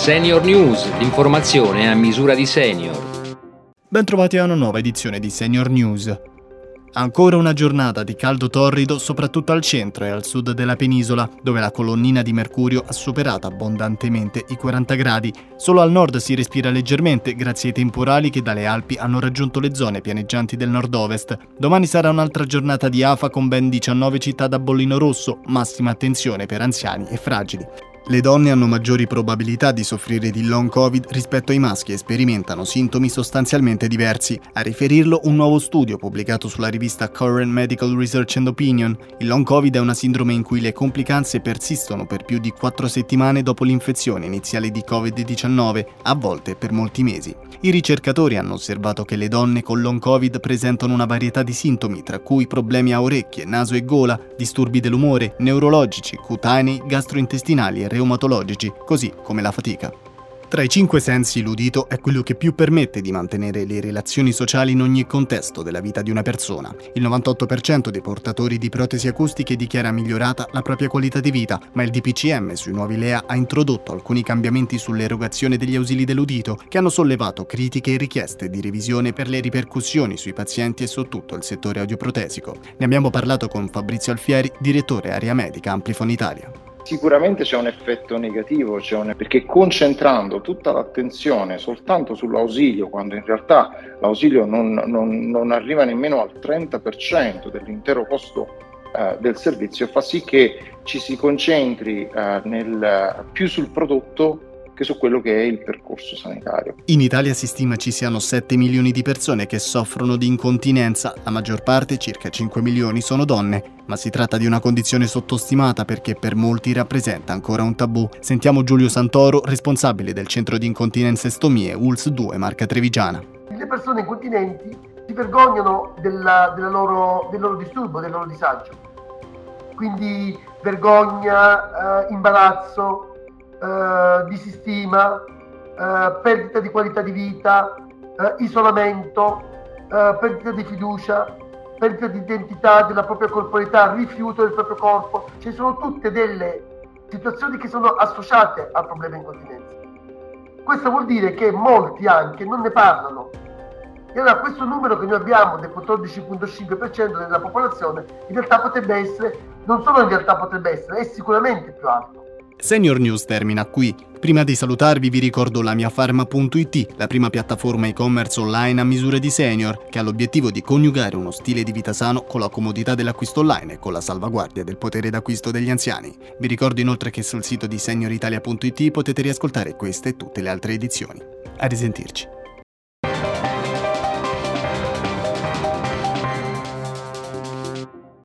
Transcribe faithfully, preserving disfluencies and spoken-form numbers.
Senior News, l'informazione a misura di senior. Bentrovati a una nuova edizione di Senior News. Ancora una giornata di caldo torrido soprattutto al centro e al sud della penisola, dove la colonnina di mercurio ha superato abbondantemente i quaranta gradi. Solo al nord si respira leggermente grazie ai temporali che dalle Alpi hanno raggiunto le zone pianeggianti del nord-ovest. Domani sarà un'altra giornata di afa con ben diciannove città da bollino rosso, massima attenzione per anziani e fragili. Le donne hanno maggiori probabilità di soffrire di long covid rispetto ai maschi e sperimentano sintomi sostanzialmente diversi. A riferirlo un nuovo studio pubblicato sulla rivista Current Medical Research and Opinion. Il long covid è una sindrome in cui le complicanze persistono per più di quattro settimane dopo l'infezione iniziale di covid diciannove, a volte per molti mesi. I ricercatori hanno osservato che le donne con long covid presentano una varietà di sintomi, tra cui problemi a orecchie, naso e gola, disturbi dell'umore, neurologici, cutanei, gastrointestinali e reumatologici, così come la fatica. Tra i cinque sensi l'udito è quello che più permette di mantenere le relazioni sociali in ogni contesto della vita di una persona. Il novantotto per cento dei portatori di protesi acustiche dichiara migliorata la propria qualità di vita, ma il D P C M sui nuovi L E A ha introdotto alcuni cambiamenti sull'erogazione degli ausili dell'udito che hanno sollevato critiche e richieste di revisione per le ripercussioni sui pazienti e su tutto il settore audioprotesico. Ne abbiamo parlato con Fabrizio Alfieri, direttore area medica Amplifon Italia. Sicuramente c'è un effetto negativo, c'è un... perché concentrando tutta l'attenzione soltanto sull'ausilio, quando in realtà l'ausilio non, non, non arriva nemmeno al trenta per cento dell'intero costo eh, del servizio, fa sì che ci si concentri eh, nel, più sul prodotto che su quello che è il percorso sanitario. In Italia si stima ci siano sette milioni di persone che soffrono di incontinenza, la maggior parte, circa cinque milioni, sono donne, ma si tratta di una condizione sottostimata perché per molti rappresenta ancora un tabù. Sentiamo Giulio Santoro, responsabile del centro di incontinenza e stomie U L S due Marca Trevigiana. Le persone incontinenti si vergognano della, della loro, del loro disturbo, del loro disagio, quindi vergogna, eh, imbarazzo, Uh, disistima, uh, perdita di qualità di vita, uh, isolamento, uh, perdita di fiducia, perdita di identità della propria corporalità, rifiuto del proprio corpo. Ci sono tutte delle situazioni che sono associate al problema incontinenza. Questo vuol dire che molti anche non ne parlano. E allora questo numero che noi abbiamo del quattordici virgola cinque per cento della popolazione in realtà potrebbe essere, non solo in realtà potrebbe essere, è sicuramente più alto. Senior News termina qui. Prima di salutarvi vi ricordo la miafarma punto it, la prima piattaforma e-commerce online a misura di senior, che ha l'obiettivo di coniugare uno stile di vita sano con la comodità dell'acquisto online e con la salvaguardia del potere d'acquisto degli anziani. Vi ricordo inoltre che sul sito di senior italia punto it potete riascoltare queste e tutte le altre edizioni. A risentirci.